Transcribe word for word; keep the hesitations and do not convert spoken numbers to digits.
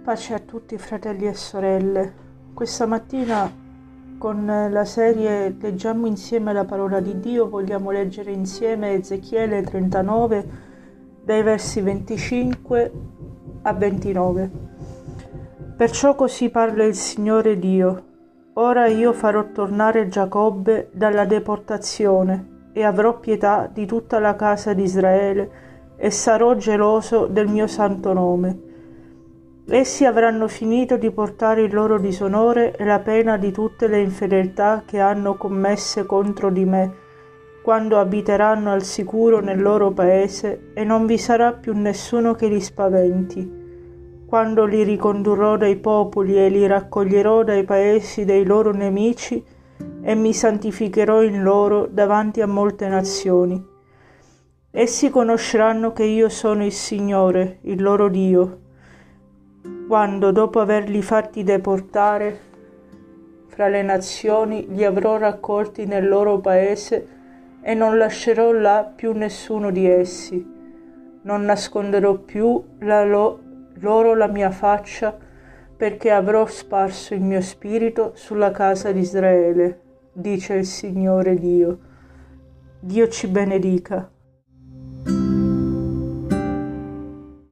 Pace a tutti fratelli e sorelle. Questa mattina con la serie Leggiamo insieme la parola di Dio vogliamo leggere insieme Ezechiele trentanove dai versi venticinque a ventinove. Perciò così parla il Signore Dio: ora io farò tornare Giacobbe dalla deportazione e avrò pietà di tutta la casa di Israele e sarò geloso del mio santo nome. Essi avranno finito di portare il loro disonore e la pena di tutte le infedeltà che hanno commesse contro di me, quando abiteranno al sicuro nel loro paese e non vi sarà più nessuno che li spaventi, quando li ricondurrò dai popoli e li raccoglierò dai paesi dei loro nemici e mi santificherò in loro davanti a molte nazioni. Essi conosceranno che io sono il Signore, il loro Dio, quando, dopo averli fatti deportare fra le nazioni, li avrò raccolti nel loro paese e non lascerò là più nessuno di essi. Non nasconderò più la lo- loro la mia faccia, perché avrò sparso il mio spirito sulla casa di Israele, dice il Signore Dio. Dio ci benedica.